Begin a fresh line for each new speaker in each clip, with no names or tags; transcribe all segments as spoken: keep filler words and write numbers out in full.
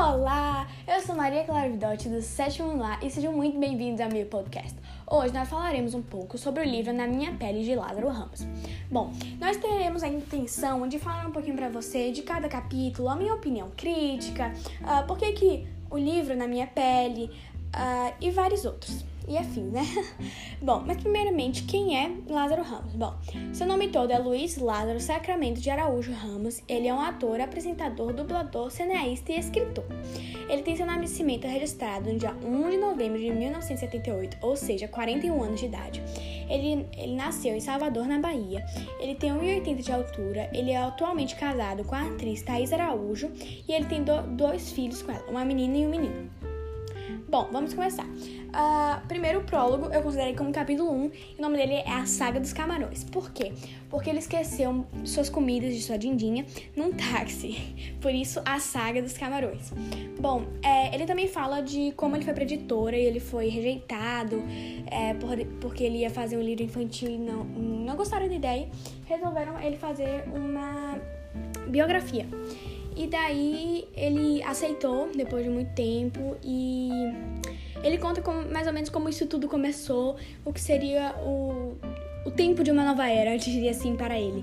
Olá, eu sou Maria Clara Vidotti do sétimo Lá e sejam muito bem-vindos ao meu podcast. Hoje nós falaremos um pouco sobre o livro Na Minha Pele de Lázaro Ramos. Bom, nós teremos a intenção de falar um pouquinho para você de cada capítulo, a minha opinião crítica, uh, por que que o livro Na Minha Pele uh, e vários outros. E afins, né? Bom, mas primeiramente, quem é Lázaro Ramos? Bom, seu nome todo é Luiz Lázaro Sacramento de Araújo Ramos. Ele é um ator, apresentador, dublador, cineasta e escritor. Ele tem seu nascimento registrado no dia primeiro de novembro de mil novecentos e setenta e oito, ou seja, quarenta e um anos de idade. Ele, ele nasceu em Salvador, na Bahia. Ele tem um metro e oitenta de altura. Ele é atualmente casado com a atriz Thaís Araújo e ele tem do, dois filhos com ela, uma menina e um menino. Bom, vamos começar. Uh, primeiro, o prólogo eu considerei como capítulo um e o nome dele é A Saga dos Camarões. Por quê? Porque ele esqueceu suas comidas de sua dindinha num táxi. Por isso, A Saga dos Camarões. Bom, é, ele também fala de como ele foi pra editora e ele foi rejeitado é, por, porque ele ia fazer um livro infantil e não, não gostaram da ideia. Resolveram ele fazer uma biografia. E daí ele aceitou depois de muito tempo e ele conta como, mais ou menos como isso tudo começou, o que seria o, o tempo de uma nova era, eu diria assim, para ele.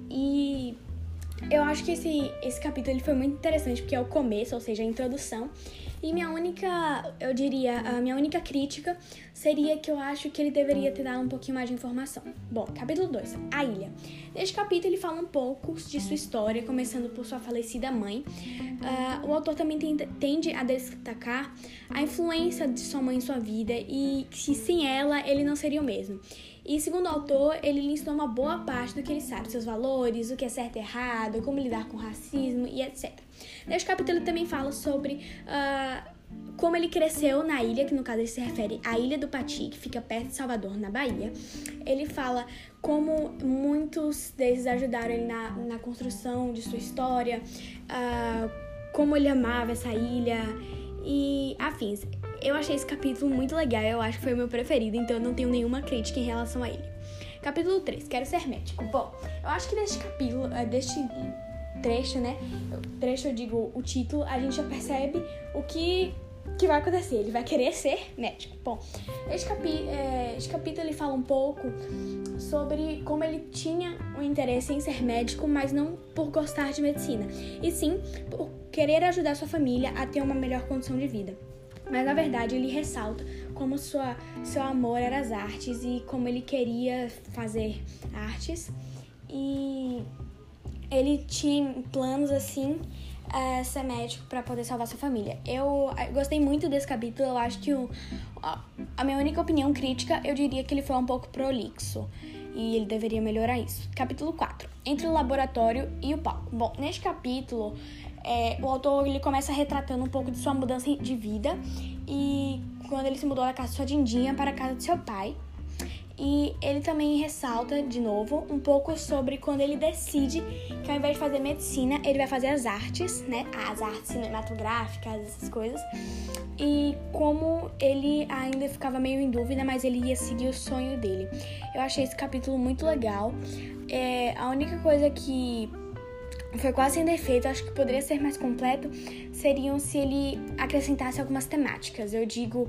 E eu acho que esse, esse capítulo ele foi muito interessante porque é o começo, ou seja, a introdução. E minha única, eu diria, a minha única crítica seria que eu acho que ele deveria ter dado um pouquinho mais de informação. Bom, capítulo dois, A Ilha. Neste capítulo ele fala um pouco de sua história, começando por sua falecida mãe. Uh, o autor também tende, tende a destacar a influência de sua mãe em sua vida e que sem ela ele não seria o mesmo. E segundo o autor, ele lhe ensinou uma boa parte do que ele sabe, seus valores, o que é certo e errado, como lidar com racismo e etcétera. Neste capítulo ele também fala sobre uh, como ele cresceu na ilha, que no caso ele se refere à Ilha do Pati, que fica perto de Salvador, na Bahia. Ele fala como muitos deles ajudaram ele na, na construção de sua história, uh, como ele amava essa ilha e afins. Eu achei esse capítulo muito legal, eu acho que foi o meu preferido, então eu não tenho nenhuma crítica em relação a ele. Capítulo três, Quero Ser Médico. Bom, eu acho que deste capítulo, deste trecho, né, trecho eu digo o título, a gente já percebe o que, que vai acontecer, ele vai querer ser médico. Bom, este, capi, é, este capítulo ele fala um pouco sobre como ele tinha um interesse em ser médico, mas não por gostar de medicina, e sim por querer ajudar sua família a ter uma melhor condição de vida. Mas, na verdade, ele ressalta como sua, seu amor era as artes e como ele queria fazer artes. E ele tinha planos, assim, uh, ser médico para poder salvar sua família. Eu, eu gostei muito desse capítulo. Eu acho que o, a, a minha única opinião crítica, eu diria que ele foi um pouco prolixo. E ele deveria melhorar isso. Capítulo quatro, Entre o Laboratório e o Palco. Bom, neste capítulo... É, o autor ele começa retratando um pouco de sua mudança de vida e quando ele se mudou da casa de sua dindinha para a casa de seu pai. E ele também ressalta, de novo, um pouco sobre quando ele decide que ao invés de fazer medicina, ele vai fazer as artes, né? As artes cinematográficas, essas coisas. E como ele ainda ficava meio em dúvida, mas ele ia seguir o sonho dele. Eu achei esse capítulo muito legal. É, a única coisa que... foi quase sem defeito, acho que poderia ser mais completo, seriam se ele acrescentasse algumas temáticas. Eu digo,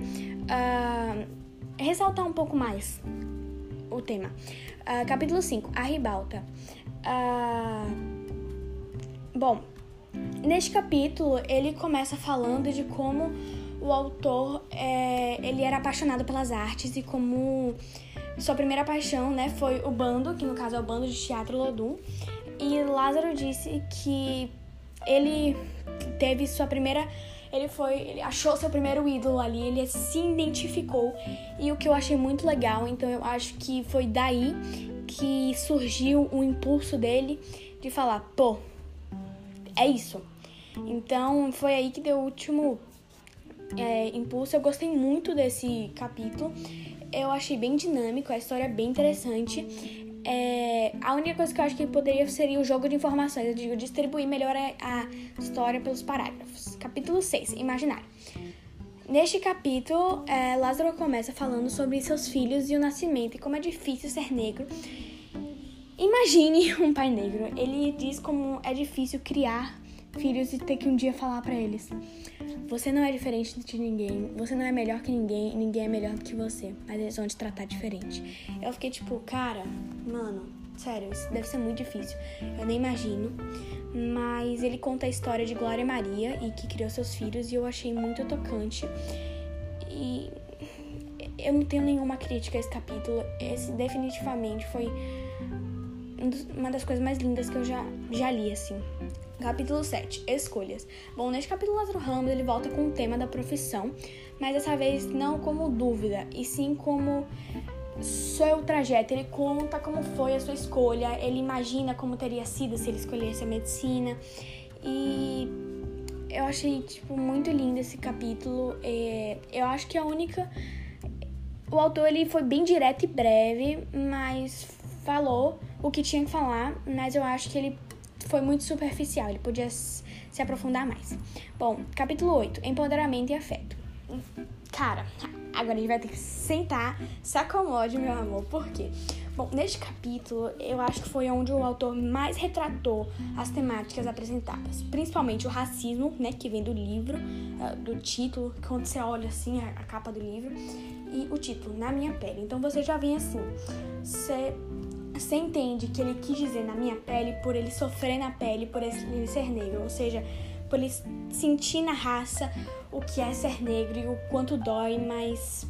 uh, ressaltar um pouco mais o tema. Uh, capítulo cinco, A Ribalta. Uh, bom, neste capítulo, ele começa falando de como o autor é, ele era apaixonado pelas artes e como sua primeira paixão, né, foi o bando, que no caso é o bando de teatro Lodum. E Lázaro disse que ele teve sua primeira... Ele foi... Ele achou seu primeiro ídolo ali, ele se identificou. E o que eu achei muito legal, então eu acho que foi daí que surgiu o impulso dele de falar, pô, é isso. Então foi aí que deu o último é, impulso. Eu gostei muito desse capítulo. Eu achei bem dinâmico, a história é bem interessante. É, a única coisa que eu acho que poderia seria o jogo de informações. Eu digo, distribuir melhor a, a história pelos parágrafos. Capítulo seis, Imaginário. Neste capítulo, é, Lázaro começa falando sobre seus filhos e o nascimento e como é difícil ser negro. Imagine um pai negro. Ele diz como é difícil criar filhos e ter que um dia falar pra eles: você não é diferente de ninguém, você não é melhor que ninguém, ninguém é melhor do que você, mas eles vão te tratar diferente. Eu fiquei tipo, cara, mano, sério, isso deve ser muito difícil, eu nem imagino. Mas ele conta a história de Glória Maria e que criou seus filhos, e eu achei muito tocante. E eu não tenho nenhuma crítica a esse capítulo. Esse definitivamente foi uma das coisas mais lindas que eu já, já li, assim. Capítulo sete, escolhas. Bom, neste capítulo, Lázaro Ramos, ele volta com o tema da profissão, mas dessa vez não como dúvida, e sim como seu trajeto. Ele conta como foi a sua escolha, ele imagina como teria sido se ele escolhesse a medicina, e eu achei, tipo, muito lindo esse capítulo. É, eu acho que a única... O autor, ele foi bem direto e breve, mas falou o que tinha que falar, mas eu acho que ele foi muito superficial, ele podia se aprofundar mais. Bom, capítulo oito, empoderamento e afeto. Cara, agora a gente vai ter que sentar, se acomode, meu amor, por quê? Bom, neste capítulo, eu acho que foi onde o autor mais retratou as temáticas apresentadas, principalmente o racismo, né, que vem do livro, uh, do título, quando você olha assim, a, a capa do livro, e o título, Na Minha Pele. Então você já vem assim, você... Você entende que ele quis dizer na minha pele por ele sofrer na pele, por ele ser negro, ou seja, por ele sentir na raça o que é ser negro e o quanto dói, mas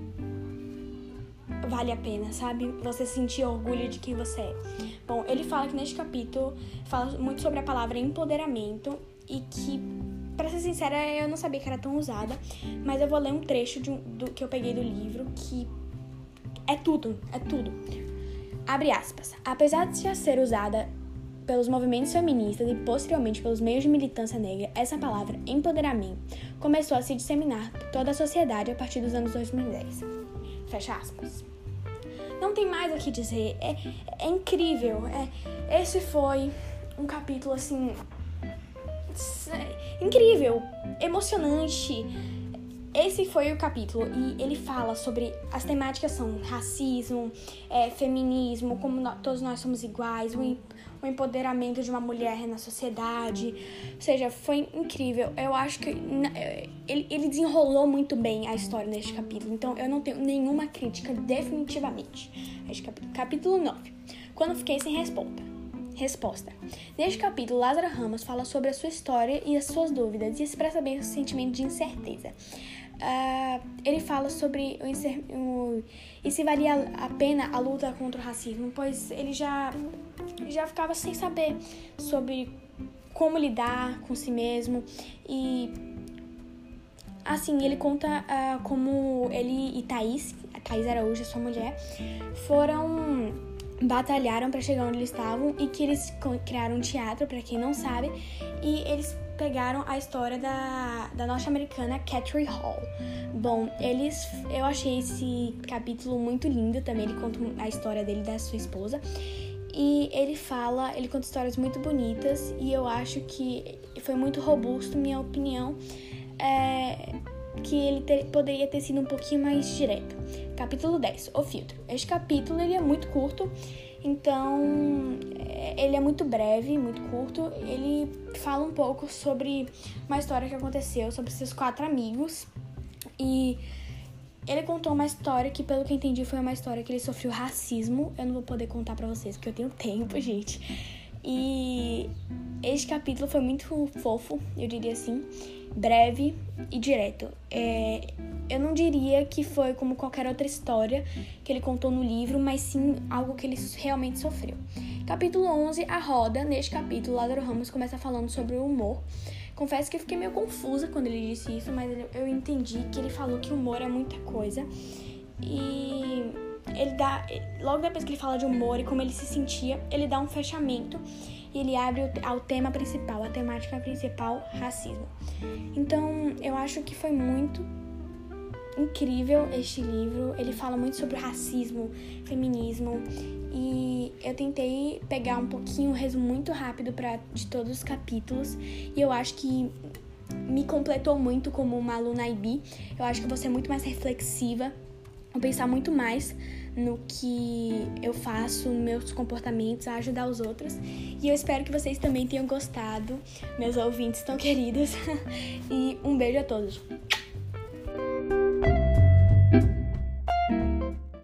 vale a pena, sabe? Você sentir orgulho de quem você é. Bom, ele fala que neste capítulo fala muito sobre a palavra empoderamento e que, pra ser sincera, eu não sabia que era tão usada, mas eu vou ler um trecho de um, do, que eu peguei do livro, que é tudo, é tudo. Abre aspas. Apesar de já ser usada pelos movimentos feministas e posteriormente pelos meios de militância negra, essa palavra, empoderamento, começou a se disseminar por toda a sociedade a partir dos anos dois mil e dez. Fecha aspas. Não tem mais o que dizer. É, é incrível. É, esse foi um capítulo, assim, incrível, emocionante. Esse foi o capítulo e ele fala sobre as temáticas são racismo, é, feminismo, como nós, todos nós somos iguais, o, o empoderamento de uma mulher na sociedade. Ou seja, foi incrível. Eu acho que ele, ele desenrolou muito bem a história neste capítulo, então eu não tenho nenhuma crítica definitivamente a este capítulo. Capítulo nove. Quando fiquei sem resposta. Resposta. Neste capítulo, Lázaro Ramos fala sobre a sua história e as suas dúvidas e expressa bem o sentimento de incerteza. Uh, ele fala sobre o, incer... o... e se valia a pena a luta contra o racismo, pois ele já, já ficava sem saber sobre como lidar com si mesmo. E assim, ele conta uh, como ele e Thaís, a Thaís Araújo, sua mulher, foram... batalharam para chegar onde eles estavam e que eles criaram um teatro, para quem não sabe, e eles pegaram a história da, da norte-americana Catherine Hall. Bom, eles, eu achei esse capítulo muito lindo também. Ele conta a história dele e da sua esposa, e ele fala, ele conta histórias muito bonitas, e eu acho que foi muito robusto. Minha opinião é que ele ter, poderia ter sido um pouquinho mais direto. Capítulo dez, o filtro. Este capítulo ele é muito curto, então ele é muito breve, muito curto. Ele fala um pouco sobre uma história que aconteceu, sobre seus quatro amigos, e ele contou uma história que, pelo que eu entendi, foi uma história que ele sofreu racismo. Eu não vou poder contar pra vocês, porque eu tenho tempo, gente. E este capítulo foi muito fofo, eu diria assim, breve e direto. É, eu não diria que foi como qualquer outra história que ele contou no livro, mas sim algo que ele realmente sofreu. Capítulo onze, a roda. Neste capítulo, Lázaro Ramos começa falando sobre o humor. Confesso que eu fiquei meio confusa quando ele disse isso, mas eu entendi que ele falou que humor é muita coisa. E ele dá, logo depois que ele fala de humor e como ele se sentia, ele dá um fechamento e ele abre ao tema principal, a temática principal, racismo. Então, eu acho que foi muito incrível este livro. Ele fala muito sobre racismo, feminismo, e eu tentei pegar um pouquinho, um resumo muito rápido pra, de todos os capítulos, e eu acho que me completou muito como uma aluna I B. Eu acho que eu vou ser muito mais reflexiva, vou pensar muito mais no que eu faço, nos meus comportamentos, a ajudar os outros. E eu espero que vocês também tenham gostado, meus ouvintes tão queridos. E um beijo a todos.